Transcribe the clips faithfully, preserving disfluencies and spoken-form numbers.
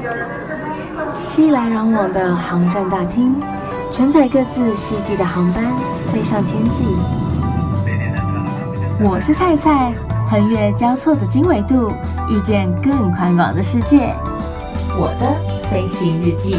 熙来攘往的航站大厅，承载各自希冀的航班飞上天际。我是菜菜，横越交错的经纬度，遇见更宽广的世界。我的飞行日记。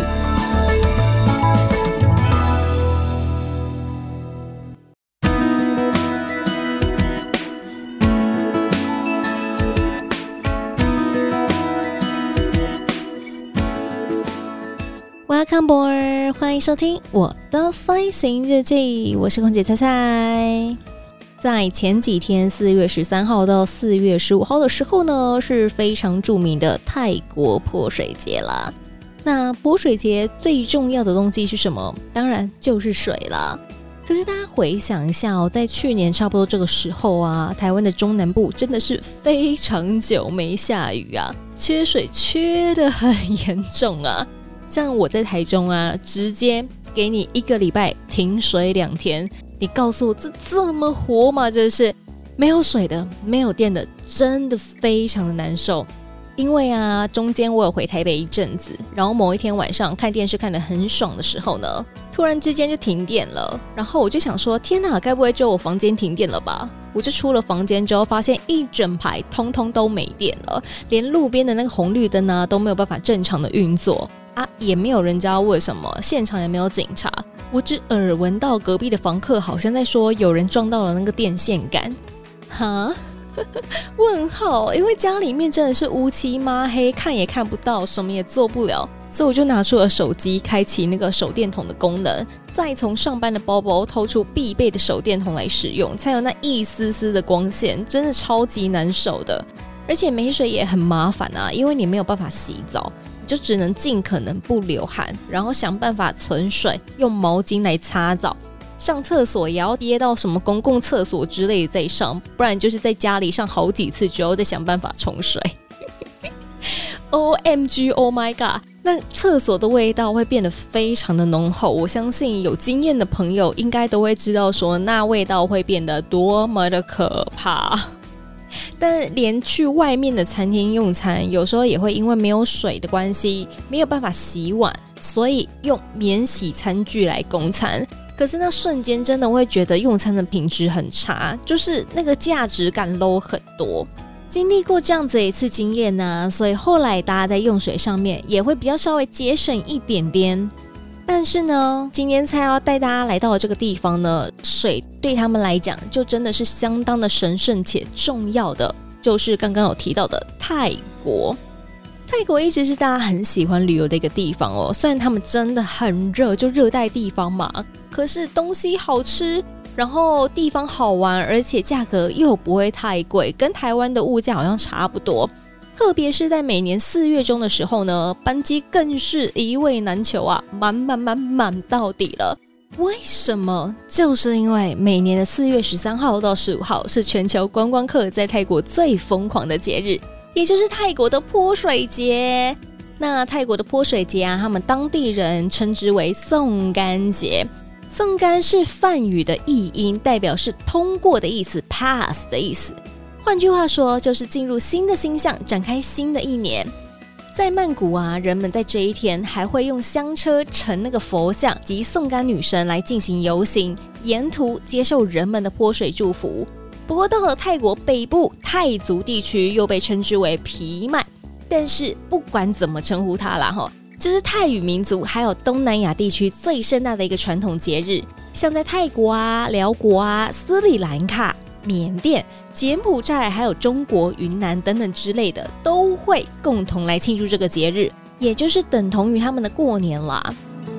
Welcome aboard， 欢迎收听我的飞行日记，我是空姐菜菜。在前几天四月十三号到四月十五号的时候呢，是非常著名的泰国泼水节啦。那泼水节最重要的东西是什么？当然就是水啦。可是大家回想一下哦，在去年差不多这个时候啊，台湾的中南部真的是非常久没下雨啊，缺水缺得很严重啊。像我在台中啊，直接给你一个礼拜停水两天，你告诉我这这么活吗？真是没有水的，没有电的，真的非常的难受。因为啊，中间我有回台北一阵子，然后某一天晚上看电视看得很爽的时候呢，突然之间就停电了，然后我就想说，天哪，该不会只有我房间停电了吧？我就出了房间之后，发现一整排通通都没电了，连路边的那个红绿灯呢都没有办法正常的运作。啊，也没有人知道为什么，现场也没有警察，我只耳闻到隔壁的房客好像在说有人撞到了那个电线杆。哈？问号，因为家里面真的是乌漆抹黑，看也看不到，什么也做不了，所以我就拿出了手机，开启那个手电筒的功能，再从上班的包包偷出必备的手电筒来使用，才有那一丝丝的光线，真的超级难受的。而且没水也很麻烦啊，因为你没有办法洗澡，就只能尽可能不流汗，然后想办法存水，用毛巾来擦澡。上厕所也要憋到什么公共厕所之类的再上，不然就是在家里上好几次之后再想办法冲水。O M G Oh my god， 那厕所的味道会变得非常的浓厚，我相信有经验的朋友应该都会知道说那味道会变得多么的可怕。但连去外面的餐厅用餐，有时候也会因为没有水的关系，没有办法洗碗，所以用免洗餐具来供餐。可是那瞬间真的会觉得用餐的品质很差，就是那个价值感 low 很多。经历过这样子的一次经验呢，所以后来大家在用水上面也会比较稍微节省一点点。但是呢，今天才要带大家来到的这个地方呢，水对他们来讲就真的是相当的神圣且重要的，就是刚刚有提到的泰国。泰国一直是大家很喜欢旅游的一个地方哦，虽然他们真的很热，就热带地方嘛，可是东西好吃，然后地方好玩，而且价格又不会太贵，跟台湾的物价好像差不多。特别是在每年四月中的时候呢，班机更是一位难求啊，满满满满到底了。为什么？就是因为每年的四月十三号到十五号是全球观光客在泰国最疯狂的节日，也就是泰国的泼水节。那泰国的泼水节啊，他们当地人称之为送干节。送干是梵语的译音，代表是通过的意思， pass 的意思。换句话说，就是进入新的星象，展开新的一年。在曼谷啊，人们在这一天还会用香车乘那个佛像及送干女神来进行游行，沿途接受人们的泼水祝福。不过到了泰国北部泰族地区，又被称之为皮麦。但是不管怎么称呼它啦，这是泰语民族还有东南亚地区最盛大的一个传统节日。像在泰国啊、辽国啊、斯里兰卡、缅甸、柬埔寨还有中国云南等等之类的，都会共同来庆祝这个节日，也就是等同于他们的过年啦。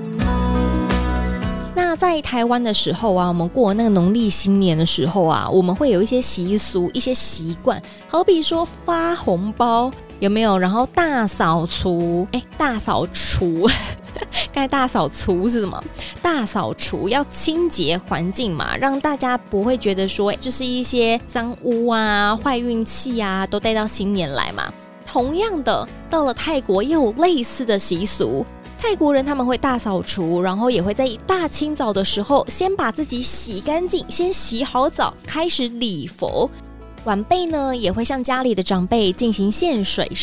那在台湾的时候啊，我们过那个农历新年的时候啊，我们会有一些习俗、一些习惯，好比说发红包，有没有？然后大扫除，哎，大扫除，刚才大扫除是什么？大扫除要清洁环境嘛，让大家不会觉得说，就是一些脏污啊、坏运气啊，都带到新年来嘛。同样的，到了泰国也有类似的习俗。泰国人他们会大扫除，然后也会在一大清早的时候先把自己洗干净，先洗好澡，开始礼佛。晚辈呢也会向家里的长辈进行献水式，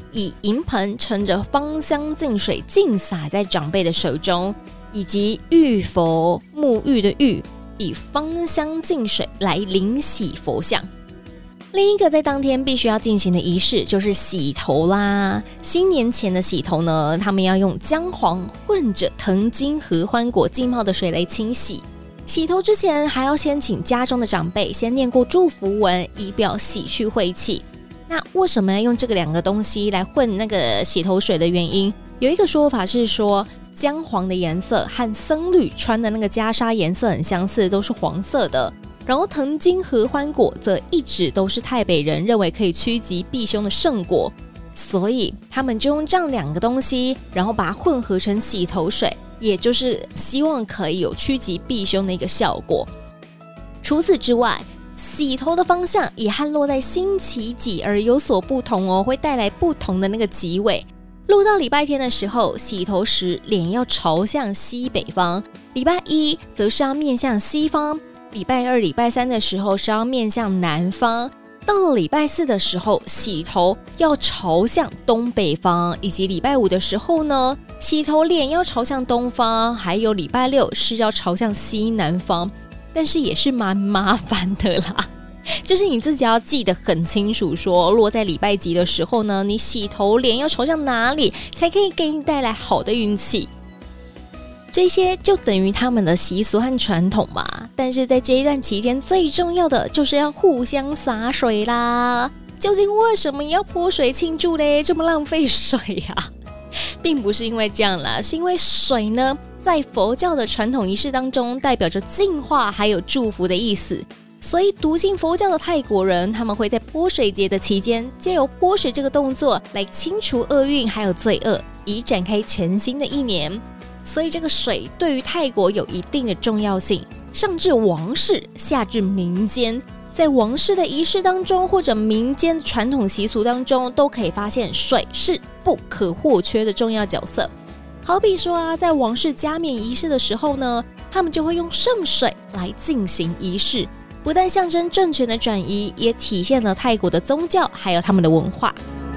以银盆盛着芳香净水浸洒在长辈的手中，以及浴佛沐浴的浴，以芳香净水来淋洗佛像。另一个在当天必须要进行的仪式就是洗头啦。新年前的洗头呢，他们要用姜黄混着藤金合欢果浸泡的水来清洗。洗头之前还要先请家中的长辈先念过祝福文，以表洗去晦气。那为什么要用这个两个东西来混那个洗头水的原因，有一个说法是说，姜黄的颜色和僧侣穿的那个袈裟颜色很相似，都是黄色的。然后藤金合欢果则一直都是泰北人认为可以趋吉避凶的圣果，所以他们就用这样两个东西，然后把它混合成洗头水，也就是希望可以有趋吉避凶的一个效果。除此之外，洗头的方向也和落在星期几而有所不同哦，会带来不同的那个吉位。落到礼拜天的时候，洗头时脸要朝向西北方；礼拜一则是要面向西方；礼拜二、礼拜三的时候是要面向南方。到了礼拜四的时候，洗头要朝向东北方，以及礼拜五的时候呢，洗头脸要朝向东方，还有礼拜六是要朝向西南方。但是也是蛮麻烦的啦，就是你自己要记得很清楚说，落在礼拜几的时候呢，你洗头脸要朝向哪里，才可以给你带来好的运气。这些就等于他们的习俗和传统嘛。但是在这一段期间，最重要的就是要互相洒水啦。究竟为什么要泼水庆祝嘞？这么浪费水啊？并不是因为这样啦，是因为水呢，在佛教的传统仪式当中，代表着净化还有祝福的意思。所以笃信佛教的泰国人，他们会在泼水节的期间，借由泼水这个动作来清除厄运还有罪恶，以展开全新的一年。所以这个水对于泰国有一定的重要性，上至王室，下至民间。在王室的仪式当中，或者民间的传统习俗当中，都可以发现水是不可或缺的重要角色。好比说啊，在王室加冕仪式的时候呢，他们就会用圣水来进行仪式，不但象征政权的转移，也体现了泰国的宗教还有他们的文化。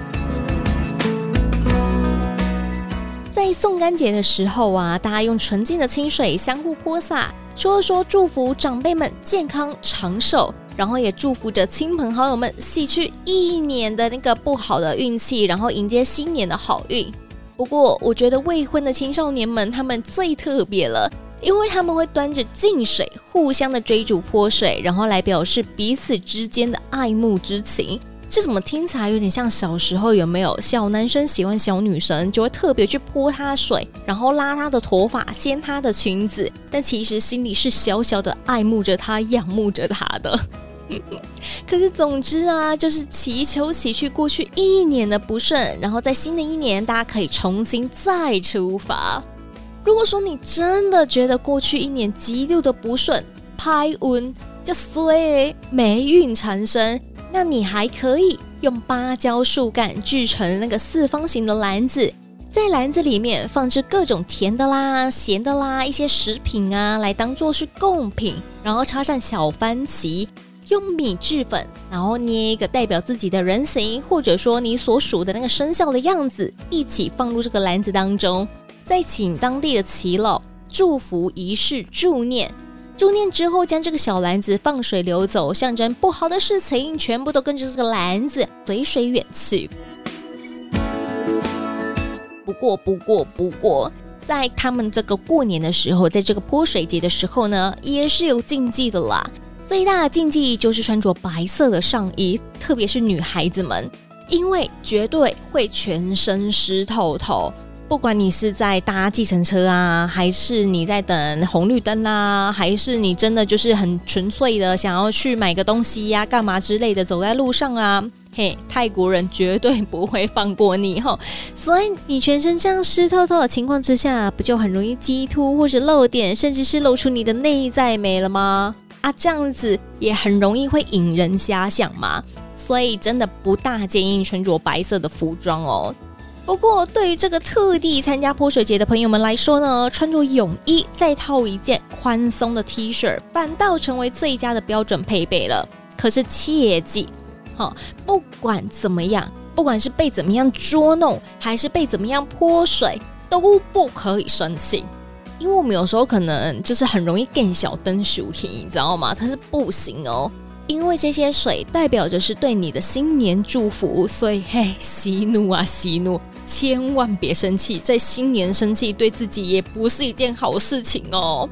在送干节的时候啊，大家用纯净的清水相互泼洒，说说祝福长辈们健康长寿，然后也祝福着亲朋好友们洗去一年的那个不好的运气，然后迎接新年的好运。不过我觉得未婚的青少年们他们最特别了，因为他们会端着净水互相的追逐泼水，然后来表示彼此之间的爱慕之情。这怎么听起来有点像小时候，有没有小男生喜欢小女生就会特别去泼她水，然后拉她的头发，掀她的裙子，但其实心里是小小的爱慕着她，仰慕着她的。可是总之啊，就是祈求洗去过去一年的不顺，然后在新的一年大家可以重新再出发。如果说你真的觉得过去一年极度的不顺，歹运就衰霉运缠身，那你还可以用芭蕉树干制成那个四方形的篮子，在篮子里面放置各种甜的啦、咸的啦、一些食品啊，来当做是贡品，然后插上小番茄，用米制粉，然后捏一个代表自己的人形，或者说你所属的那个生肖的样子，一起放入这个篮子当中，再请当地的耆老祝福仪式助念。助念之后，将这个小篮子放水流走，象征不好的事情全部都跟着这个篮子随水远去。不过不过不过在他们这个过年的时候，在这个泼水节的时候呢，也是有禁忌的啦。最大的禁忌就是穿着白色的上衣，特别是女孩子们，因为绝对会全身湿透透。不管你是在搭计程车啊，还是你在等红绿灯啊，还是你真的就是很纯粹的想要去买个东西呀、啊、干嘛之类的，走在路上啊，嘿，泰国人绝对不会放过你吼。所以你全身这样湿透透的情况之下，不就很容易激凸或者露点，甚至是露出你的内在美了吗？啊，这样子也很容易会引人遐想嘛。所以真的不大建议穿着白色的服装哦。不过对于这个特地参加泼水节的朋友们来说呢，穿着泳衣再套一件宽松的 T 恤，反倒成为最佳的标准配备了。可是切记、哦、不管怎么样， 不管是被怎么样捉弄，还是被怎么样泼水，都不可以生气。因为我们有时候可能就是很容易更小灯熟气，你知道吗？它是不行哦，因为这些水代表着是对你的新年祝福，所以嘿，息怒啊息怒，千万别生气，在新年生气对自己也不是一件好事情哦。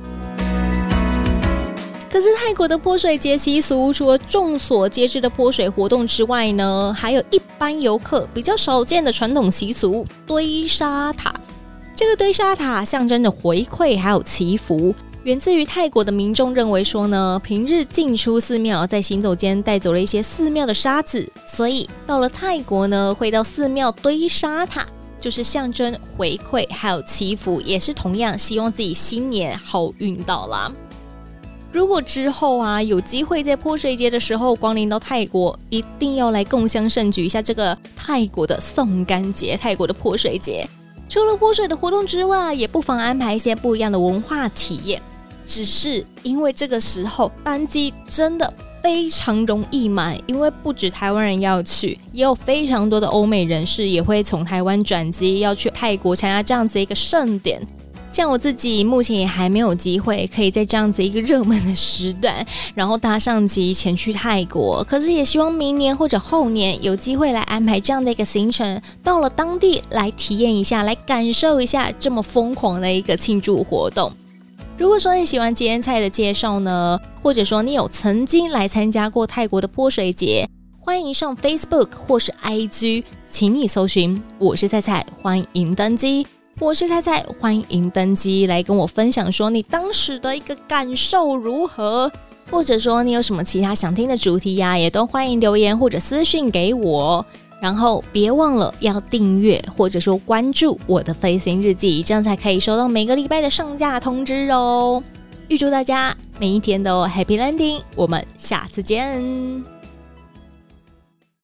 可是泰国的泼水节习俗，除了众所皆知的泼水活动之外呢，还有一般游客比较少见的传统习俗——堆沙塔。这个堆沙塔象征着回馈还有祈福，源自于泰国的民众认为说呢，平日进出寺庙，在行走间带走了一些寺庙的沙子，所以到了泰国呢，会到寺庙堆沙塔，就是象征回馈还有祈福，也是同样希望自己新年好运到啦。如果之后啊有机会在泼水节的时候光临到泰国，一定要来共襄盛举一下这个泰国的送干节，泰国的泼水节。除了泼水的活动之外，也不妨安排一些不一样的文化体验。只是因为这个时候班机真的非常容易满，因为不止台湾人要去，也有非常多的欧美人士也会从台湾转机要去泰国参加这样子一个盛典。像我自己目前也还没有机会可以在这样子一个热门的时段然后搭上机前去泰国，可是也希望明年或者后年有机会来安排这样的一个行程，到了当地来体验一下，来感受一下这么疯狂的一个庆祝活动。如果说你喜欢吉恩菜的介绍呢，或者说你有曾经来参加过泰国的泼水节，欢迎上 Facebook 或是 I G， 请你搜寻我是菜菜，欢迎登机。我是菜菜，欢迎登机，来跟我分享说你当时的一个感受如何，或者说你有什么其他想听的主题呀、啊，也都欢迎留言或者私讯给我。然后别忘了要订阅或者说关注我的飞行日记，这样才可以收到每个礼拜的上架通知哦。预祝大家每一天都 Happy Landing， 我们下次见。